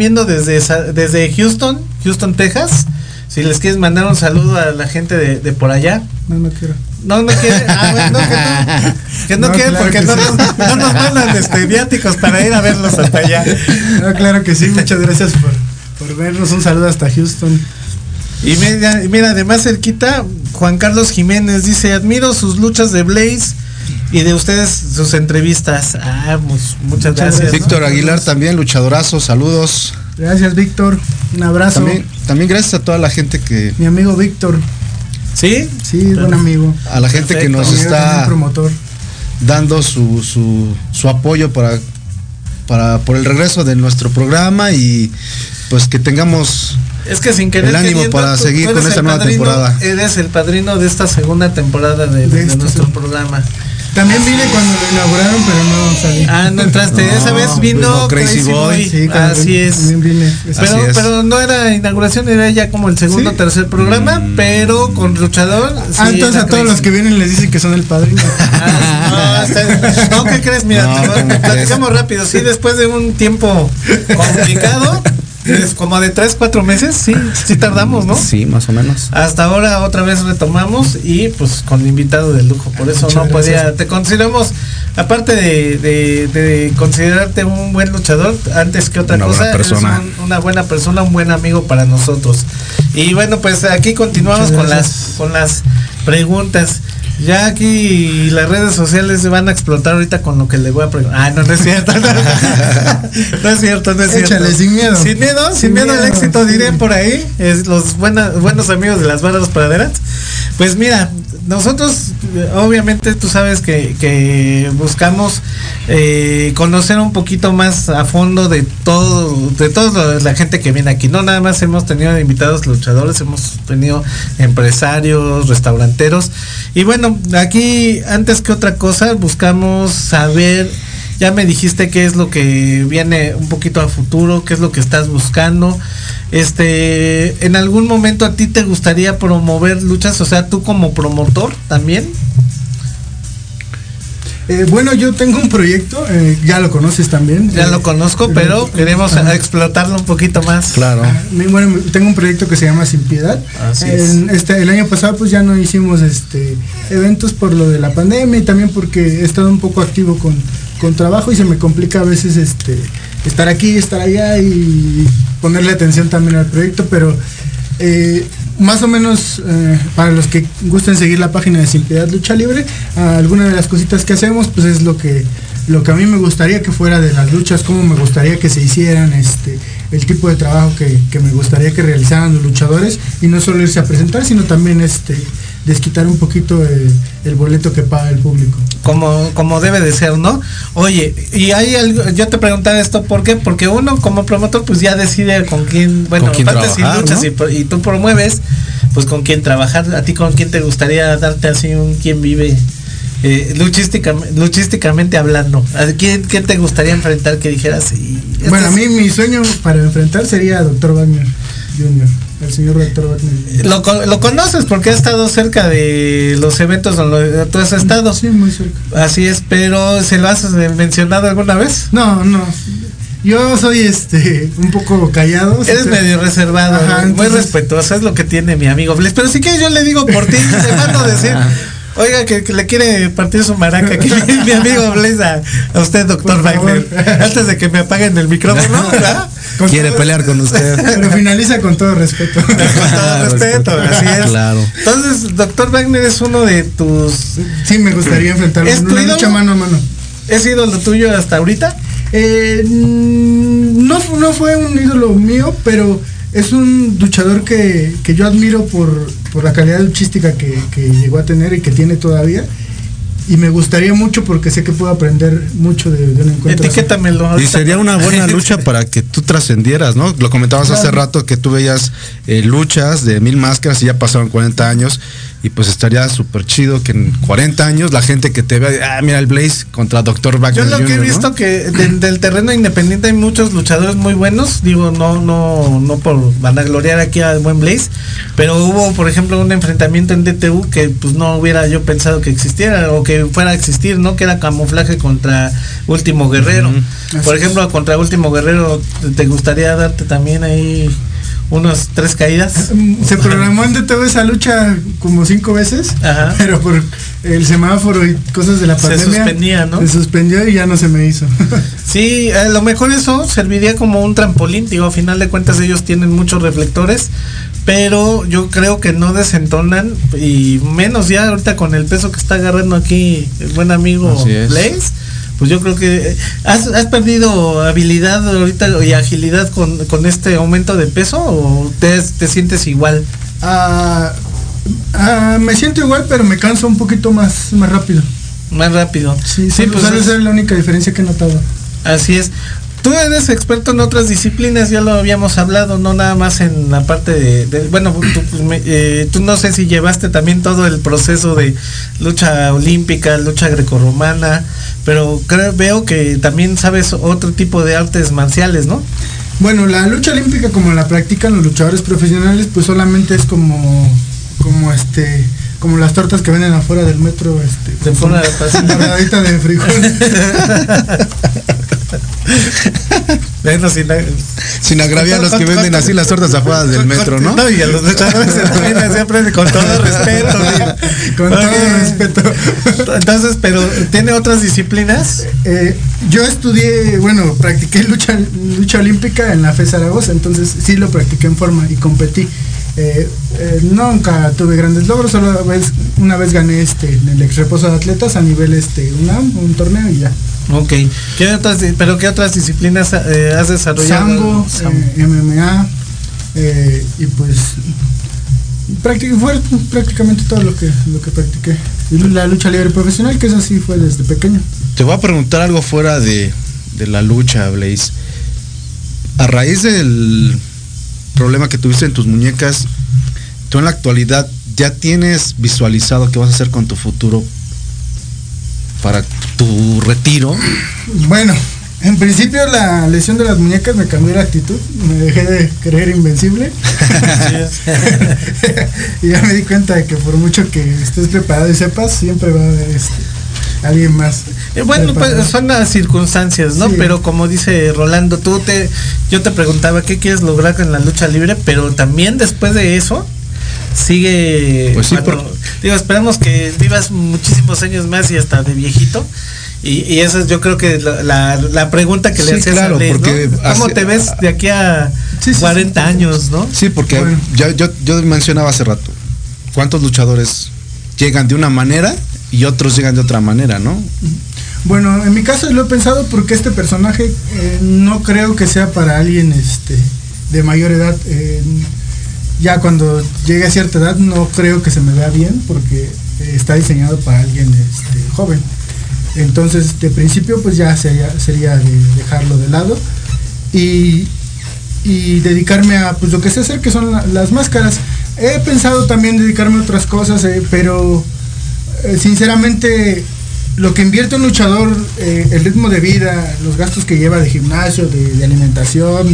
desde Houston, Texas. Si les quieres mandar un saludo a la gente de por allá. No quiero. No quiere. Que no quiere, claro, porque no nos mandan viáticos para ir a verlos hasta allá. No, claro que sí, muchas gracias por vernos. Un saludo hasta Houston. Y mira, además cerquita, Juan Carlos Jiménez dice: admiro sus luchas de Blaze y de ustedes sus entrevistas. Pues, muchas gracias. Víctor Aguilar también, luchadorazo, saludos. Gracias, Víctor, un abrazo. También gracias a toda la gente que... Mi amigo Víctor. ¿Sí? Sí, buen amigo. A la gente que nos está dando su apoyo por el regreso de nuestro programa, y pues que tengamos Es que sin querer el ánimo queriendo, para seguir con esta nueva padrino, temporada. Eres el padrino de esta segunda temporada de nuestro programa. También vine cuando lo inauguraron, pero no salí. No entraste. Esa vez vino Crazy Boy. Sí, así es. Vine. Pero no era inauguración, era ya como el segundo o tercer programa, pero con luchador. Entonces a todos los que vienen les dicen que son el padrino. No, ¿qué crees? Mira, platicamos rápido. Sí, después de un tiempo complicado, como de 3-4 meses, sí tardamos, ¿no? Sí, más o menos. Hasta ahora otra vez retomamos y pues con invitado de lujo. Por eso muchas gracias. te consideramos, aparte de considerarte un buen luchador, antes que otra cosa, eres una buena persona, un buen amigo para nosotros. Y bueno, pues aquí continuamos con las preguntas. Ya aquí las redes sociales se van a explotar ahorita con lo que le voy a preguntar. No es cierto. No es cierto. Échale, sin miedo. Sin miedo al éxito, diré por ahí. Es los buenos amigos de las barras praderas. Pues mira, nosotros obviamente tú sabes que buscamos conocer un poquito más a fondo de toda la gente que viene aquí. No nada más hemos tenido invitados luchadores, hemos tenido empresarios, restauranteros. Y bueno, aquí antes que otra cosa buscamos saber, ya me dijiste qué es lo que viene un poquito a futuro, qué es lo que estás buscando. ¿En algún momento a ti te gustaría promover luchas? O sea, tú como promotor también. Bueno, yo tengo un proyecto, ya lo conoces también. Ya lo conozco, pero queremos explotarlo un poquito más. Claro. Bueno, tengo un proyecto que se llama Sin Piedad. Así es. El año pasado pues ya no hicimos eventos por lo de la pandemia y también porque he estado un poco activo con trabajo y se me complica a veces estar aquí, estar allá y ponerle atención también al proyecto, pero más o menos para los que gusten seguir la página de Sin Piedad Lucha Libre, alguna de las cositas que hacemos pues es lo que a mí me gustaría que fuera de las luchas, cómo me gustaría que se hicieran, el tipo de trabajo que me gustaría que realizaran los luchadores, y no solo irse a presentar, sino también desquitar un poquito el boleto que paga el público. Como debe de ser, ¿no? Oye, y hay algo, yo te preguntaba esto, ¿por qué? Porque uno como promotor pues ya decide con quién, bueno, aparte trabajar, si luchas, ¿no? y tú promueves, pues con quién trabajar. ¿A ti con quién te gustaría darte así un quién vive? Luchísticamente hablando, ¿a quién te gustaría enfrentar que dijeras? Bueno, a mí mi sueño para enfrentar sería a Dr. Wagner Jr., el señor Dr. Wagner. ¿Lo conoces porque ha estado cerca de los eventos donde tú has estado? Sí, muy cerca. Así es, pero ¿se lo has mencionado alguna vez? No. Yo soy un poco callado. Eres medio reservado, muy respetuoso, es lo que tiene mi amigo Blaze. Pero sí que yo le digo por ti, te mando a decir, oiga, que le quiere partir su maraca, que mi amigo Blaze a usted, doctor Wagner, antes de que me apaguen el micrófono, ¿verdad? Quiere pelear con usted. Pero finaliza con todo respeto. Con todo respeto, así es. Claro. Entonces, doctor Wagner es uno de tus... Sí, me gustaría enfrentarlo en una lucha mano a mano. ¿Es ídolo tuyo hasta ahorita? No fue un ídolo mío, pero es un luchador que yo admiro por la calidad luchística que llegó a tener y que tiene todavía. Y me gustaría mucho porque sé que puedo aprender mucho de un encuentro. Etiquétamelo. Y sería una buena lucha para que tú trascendieras, ¿no? Lo comentabas hace rato que tú veías luchas de 1000 máscaras y ya pasaron 40 años. Y pues estaría súper chido que en 40 años la gente que te vea, mira el Blaze contra Dr. Wagner. Yo lo que he visto, ¿no? Que del terreno independiente hay muchos luchadores muy buenos. Digo, no por vanagloriar aquí al buen Blaze, pero hubo, por ejemplo, un enfrentamiento en DTU que pues no hubiera yo pensado que existiera o que fuera a existir, ¿no? Que era camuflaje contra Último Guerrero. Por ejemplo, contra Último Guerrero, ¿te gustaría darte también ahí unos 3 caídas? Se programó en DTV esa lucha como 5 veces, ajá, pero por el semáforo y cosas de la pandemia se suspendía, ¿no? Se suspendió y ya no se me hizo. Sí, a lo mejor eso serviría como un trampolín, digo, a final de cuentas ellos tienen muchos reflectores, pero yo creo que no desentonan, y menos ya ahorita con el peso que está agarrando aquí el buen amigo Blaze. Pues yo creo que has perdido habilidad ahorita y agilidad con este aumento de peso, o te sientes igual. Me siento igual, pero me canso un poquito más rápido. Más rápido. Sí, pues esa es la única diferencia que he notado. Así es. Tú eres experto en otras disciplinas, ya lo habíamos hablado, no nada más en la parte bueno, tú no sé si llevaste también todo el proceso de lucha olímpica, lucha grecorromana, pero veo que también sabes otro tipo de artes marciales, ¿no? Bueno, la lucha olímpica como la practican los luchadores profesionales, pues solamente es como las tortas que venden afuera del metro, de fuera de doradita de frijol. Bueno, sin agraviar a los que venden así las tortas afuera del metro, ¿no? No, y a los luchadores siempre con todo respeto. Con todo respeto. Entonces, pero ¿tiene otras disciplinas? Yo estudié, practiqué lucha olímpica en la FE Zaragoza, entonces sí lo practiqué en forma y competí. Nunca tuve grandes logros, solo una vez gané en el ex reposo de atletas a nivel UNAM, un torneo y ya. Ok. ¿Qué otras disciplinas has desarrollado? Sambo, MMA, y pues fue prácticamente todo lo que practiqué. Y la lucha libre profesional, que eso sí fue desde pequeño. Te voy a preguntar algo fuera de la lucha, Blaze. A raíz del problema que tuviste en tus muñecas, tú en la actualidad ya tienes visualizado qué vas a hacer con tu futuro para tu retiro. Bueno, en principio la lesión de las muñecas me cambió la actitud, me dejé de creer invencible. Y ya me di cuenta de que por mucho que estés preparado y sepas, siempre va a haber alguien más. Bueno, pues son las circunstancias, ¿no? Sí. Pero como dice Rolando, yo te preguntaba qué quieres lograr con la lucha libre, pero también después de eso sigue. Pues sí, esperamos que vivas muchísimos años más y hasta de viejito. Y esa es, yo creo que la pregunta que le hacías a Blaze, porque ¿no? ¿Cómo te ves de aquí a 40 años, no? Sí, porque yo mencionaba hace rato, ¿cuántos luchadores llegan de una manera y otros llegan de otra manera, no? Bueno, en mi caso lo he pensado porque este personaje no creo que sea para alguien de mayor edad. Ya cuando llegue a cierta edad no creo que se me vea bien porque está diseñado para alguien joven. Entonces, de principio, pues ya sería de dejarlo de lado y dedicarme a pues lo que sé hacer, que son las máscaras. He pensado también dedicarme a otras cosas, pero sinceramente lo que invierte un luchador, el ritmo de vida, los gastos que lleva de gimnasio, de alimentación,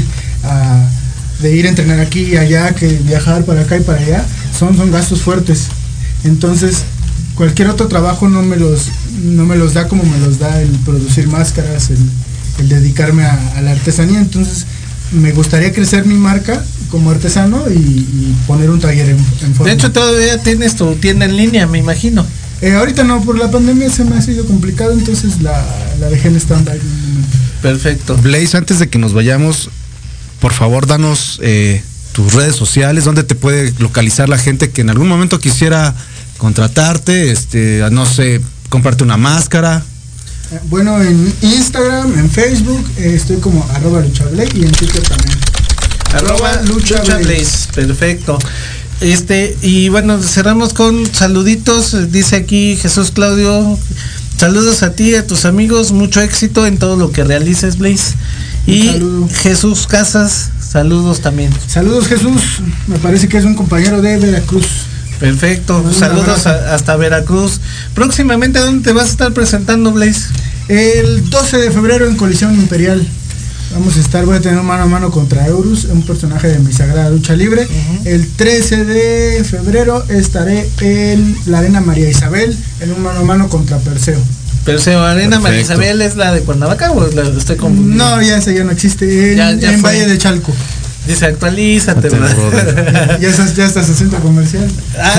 de ir a entrenar aquí y allá, que viajar para acá y para allá, son gastos fuertes. Entonces, cualquier otro trabajo no me los da como me los da el producir máscaras, el dedicarme a la artesanía. Entonces me gustaría crecer mi marca como artesano y poner un taller en forma. De hecho todavía tienes tu tienda en línea, me imagino. Ahorita no, por la pandemia se me ha sido complicado, entonces la dejé en stand-by. Perfecto. Blaze, antes de que nos vayamos, por favor danos tus redes sociales, donde te puede localizar la gente que en algún momento quisiera contratarte, no sé, comprarte una máscara. Bueno, en Instagram, en Facebook, estoy como @luchablaze y en Twitter también. @luchablaze. Perfecto. Y bueno, cerramos con saluditos. Dice aquí Jesús Claudio, saludos a ti y a tus amigos, mucho éxito en todo lo que realices, Blaze. Y Jesús Casas, saludos también. Saludos, Jesús, me parece que es un compañero de Veracruz. Perfecto, saludos hasta Veracruz. Próximamente, ¿dónde te vas a estar presentando, Blaze? El 12 de febrero en Colisión Imperial. Voy a tener un mano a mano contra Eurus, un personaje de mi sagrada lucha libre. El 13 de febrero estaré en la Arena María Isabel, en un mano a mano contra Perseo. Arena María Isabel es la de Cuernavaca o la estoy confundiendo? No, ya no existe, en Valle de Chalco. Dice, actualízate, ¿verdad? ya estás haciendo comercial.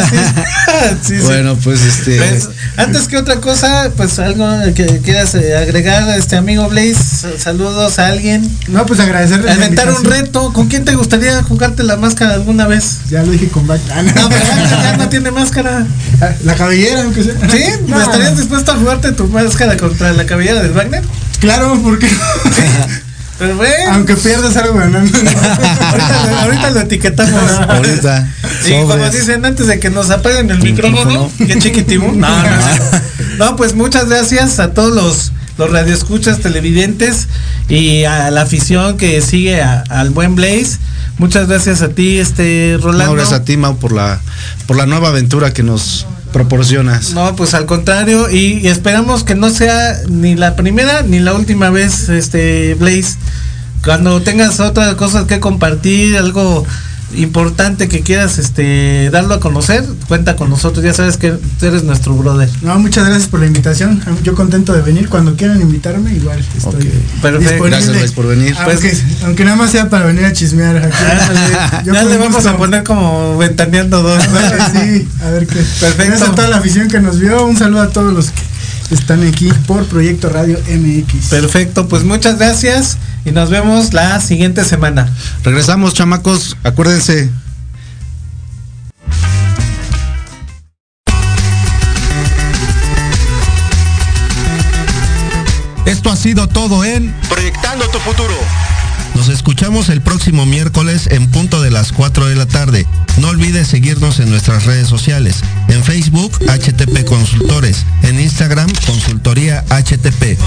Sí. Bueno, pues pues, antes que otra cosa, pues algo que quieras agregar, amigo Blaze, saludos a alguien. No, pues agradecerle. Inventar un reto. ¿Con quién te gustaría jugarte la máscara alguna vez? Ya lo dije con Wagner. No, pero ya no tiene máscara. La cabellera, aunque sea. ¿Sí? No. ¿Estarías dispuesto a jugarte tu máscara contra la cabellera del Wagner? Claro, porque pero bueno, aunque pierdas algo ganando. ahorita lo etiquetamos. Ahorita. Y como dicen, antes de que nos apaguen el micrófono, que chiquitibum. No, pues muchas gracias a todos los radioescuchas, televidentes y a la afición que sigue al buen Blaze. Muchas gracias a ti, Rolando. No, gracias a ti, Mau, por la nueva aventura que nos proporcionas. No, pues al contrario, y esperamos que no sea ni la primera ni la última vez, Blaze. Cuando tengas otras cosas que compartir, algo importante que quieras darlo a conocer, cuenta con nosotros, ya sabes que tú eres nuestro brother. No, muchas gracias por la invitación, yo contento de venir, cuando quieran invitarme igual estoy perfecto. Gracias, Luis, por venir. Aunque nada más sea para venir a chismear aquí. Ya le vamos a poner como Ventaneando 2, ¿no? Sí, a ver qué. Perfecto. Gracias a toda la afición que nos vio, un saludo a todos los que están aquí por Proyecto Radio MX. Perfecto, pues muchas gracias y nos vemos la siguiente semana. Regresamos, chamacos, acuérdense. Esto ha sido todo en Proyectando tu futuro. Nos escuchamos el próximo miércoles en punto de las 4 de la tarde. No olvides seguirnos en nuestras redes sociales. En Facebook, HTP Consultores. En Instagram, Consultoría HTP.